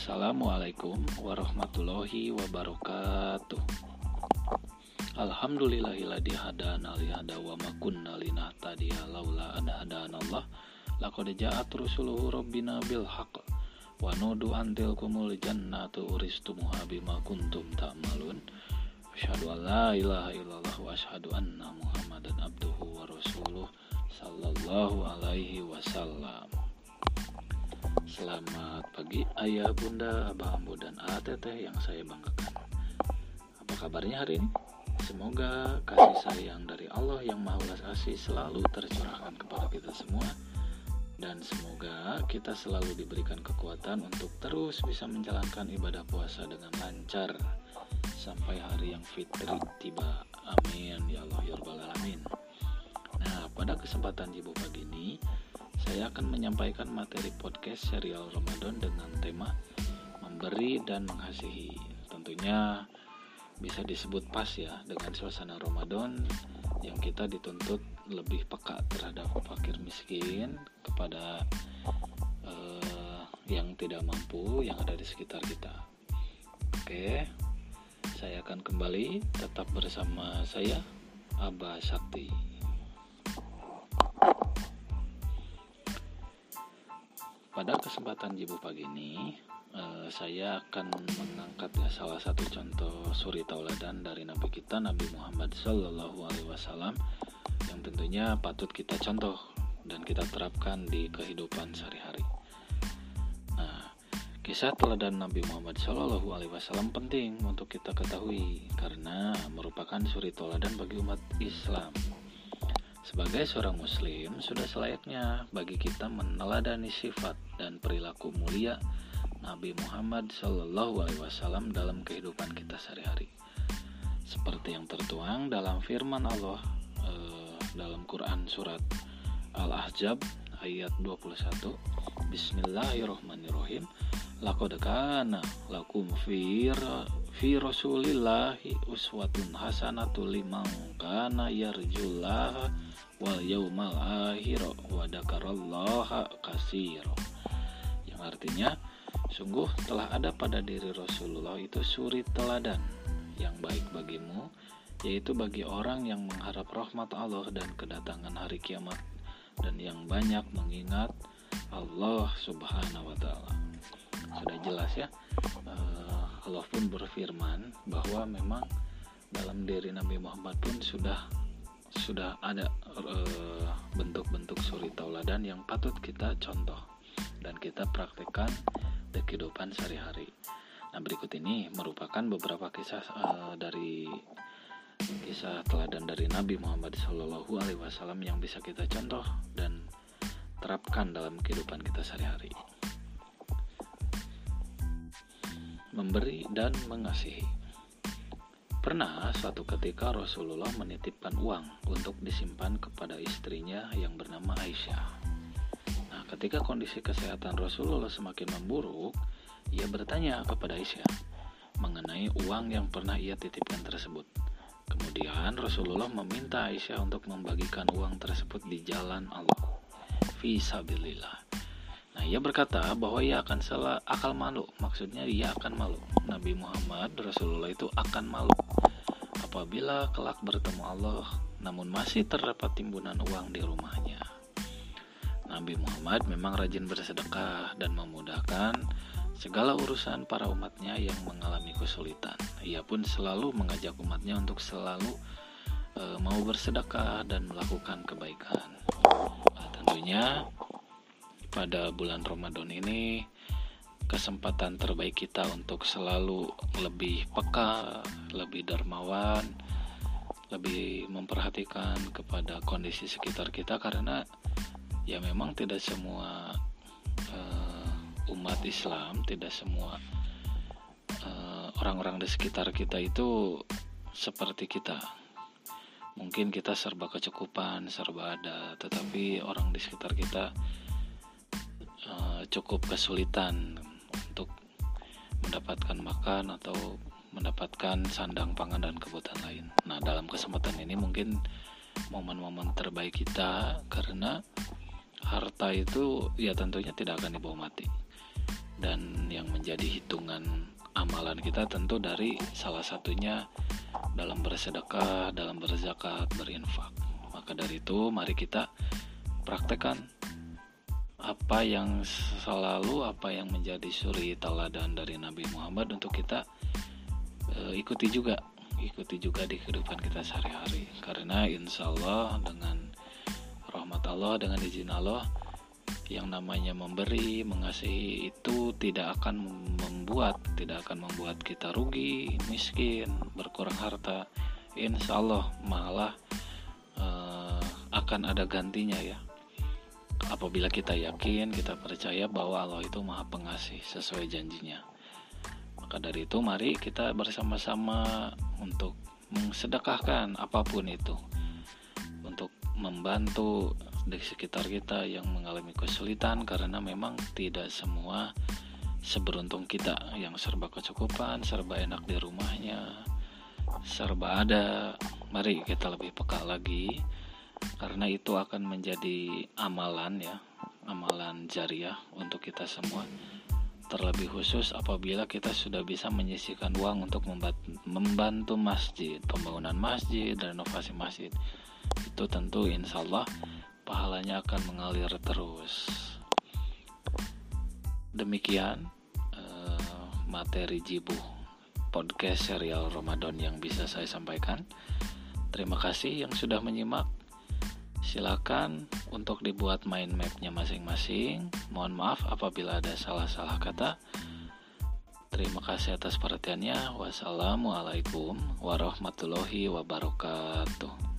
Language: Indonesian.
Assalamualaikum warahmatullahi wabarakatuh. Alhamdulillahilladzi hadana li hada wa ma kunna linahtadiya laula an hadanallah. Laqad ja'at rusuluhu rabbina bil haqq wa nudu antil kumul jannatu uristumuha bima kuntum ta'malun. Asyhadu an la ilaha illallah wa asyhadu anna Muhammadan abduhu wa rasuluh sallallahu alaihi wasallam. Selamat pagi ayah, bunda, abah, ambu, dan teteh yang saya banggakan. Apa kabarnya hari ini? Semoga kasih sayang dari Allah yang Maha Welas Asih selalu tercurahkan kepada kita semua. Dan semoga kita selalu diberikan kekuatan untuk terus bisa menjalankan ibadah puasa dengan lancar sampai hari yang fitri tiba. Amin ya Allah ya Rabbal Alamin. Nah, pada kesempatan Jibu pagi ini saya akan menyampaikan materi podcast serial Ramadan dengan tema memberi dan mengasihi. Tentunya bisa disebut pas ya dengan suasana Ramadan yang kita dituntut lebih peka terhadap fakir miskin, kepada yang tidak mampu yang ada di sekitar kita. Oke, saya akan kembali tetap bersama saya Abah Sakti. Pada kesempatan Jibu pagi ini, saya akan mengangkat salah satu contoh suri tauladan dari Nabi kita Nabi Muhammad Sallallahu Alaihi Wasallam yang tentunya patut kita contoh dan kita terapkan di kehidupan sehari-hari. Nah, kisah teladan Nabi Muhammad Sallallahu Alaihi Wasallam penting untuk kita ketahui karena merupakan suri tauladan bagi umat Islam. Sebagai seorang muslim, sudah selayaknya bagi kita meneladani sifat dan perilaku mulia Nabi Muhammad Sallallahu Alaihi Wasallam dalam kehidupan kita sehari-hari. Seperti yang tertuang dalam firman Allah dalam Quran surat Al-Ahzab ayat 21. Bismillahirrahmanirrahim. Laqad kana lakum fi rasulillahi uswatun hasanatul liman kana yarjullaha wal yaumal akhir wa dzakarallaha katsira. Yang artinya, sungguh telah ada pada diri Rasulullah itu suri teladan yang baik bagimu, yaitu bagi orang yang mengharap rahmat Allah dan kedatangan hari kiamat, dan yang banyak mengingat Allah Subhanahu wa Ta'ala. Sudah jelas ya, Allah pun berfirman bahwa memang dalam diri Nabi Muhammad pun sudah ada bentuk-bentuk suri tauladan yang patut kita contoh dan kita praktekkan di kehidupan sehari-hari. Nah, berikut ini merupakan beberapa kisah dari kisah teladan dari Nabi Muhammad Sallallahu Alaihi Wasallam yang bisa kita contoh dan terapkan dalam kehidupan kita sehari-hari. Memberi dan mengasihi. Pernah suatu ketika Rasulullah menitipkan uang untuk disimpan kepada istrinya yang bernama Aisyah. Nah, ketika kondisi kesehatan Rasulullah semakin memburuk, ia bertanya kepada Aisyah mengenai uang yang pernah ia titipkan tersebut. Kemudian Rasulullah meminta Aisyah untuk membagikan uang tersebut di jalan Allah, fi sabilillah. Nah, ia berkata bahwa ia akan akal malu, maksudnya ia akan malu. Nabi Muhammad Rasulullah itu akan malu apabila kelak bertemu Allah namun masih terdapat timbunan uang di rumahnya. Nabi Muhammad memang rajin bersedekah dan memudahkan segala urusan para umatnya yang mengalami kesulitan. Ia pun selalu mengajak umatnya untuk selalu mau bersedekah dan melakukan kebaikan. Nah, tentunya pada bulan Ramadan ini kesempatan terbaik kita untuk selalu lebih peka, lebih dermawan, lebih memperhatikan kepada kondisi sekitar kita, karena ya memang tidak semua umat Islam, tidak semua orang-orang di sekitar kita itu seperti kita. Mungkin kita serba kecukupan, serba ada, tetapi orang di sekitar kita cukup kesulitan untuk mendapatkan makan atau mendapatkan sandang pangan dan kebutuhan lain. Nah, dalam kesempatan ini mungkin momen-momen terbaik kita, karena harta itu ya tentunya tidak akan dibawa mati. Dan yang menjadi hitungan amalan kita tentu dari salah satunya dalam bersedekah, dalam berzakat, berinfak. Maka dari itu mari kita praktekkan apa yang menjadi suri teladan dari Nabi Muhammad untuk kita ikuti juga di kehidupan kita sehari-hari. Karena insya Allah dengan rahmat Allah, dengan izin Allah, yang namanya memberi, mengasihi itu tidak akan membuat kita rugi, miskin, berkurang harta. Insya Allah malah akan ada gantinya ya. Apabila kita yakin, kita percaya bahwa Allah itu Maha Pengasih sesuai janjinya. Maka dari itu mari kita bersama-sama untuk mensedekahkan apapun itu, untuk membantu di sekitar kita yang mengalami kesulitan, karena memang tidak semua seberuntung kita yang serba kecukupan, serba enak di rumahnya, serba ada. Mari kita lebih peka lagi, karena itu akan menjadi amalan jariah untuk kita semua. Terlebih khusus apabila kita sudah bisa menyisihkan uang untuk membantu masjid, pembangunan masjid, renovasi masjid. Itu tentu insya Allah pahalanya akan mengalir terus. Demikian materi Jibu podcast serial Ramadan yang bisa saya sampaikan. Terima kasih yang sudah menyimak. Silakan untuk dibuat mind map-nya masing-masing. Mohon maaf apabila ada salah-salah kata. Terima kasih atas perhatiannya. Wassalamualaikum warahmatullahi wabarakatuh.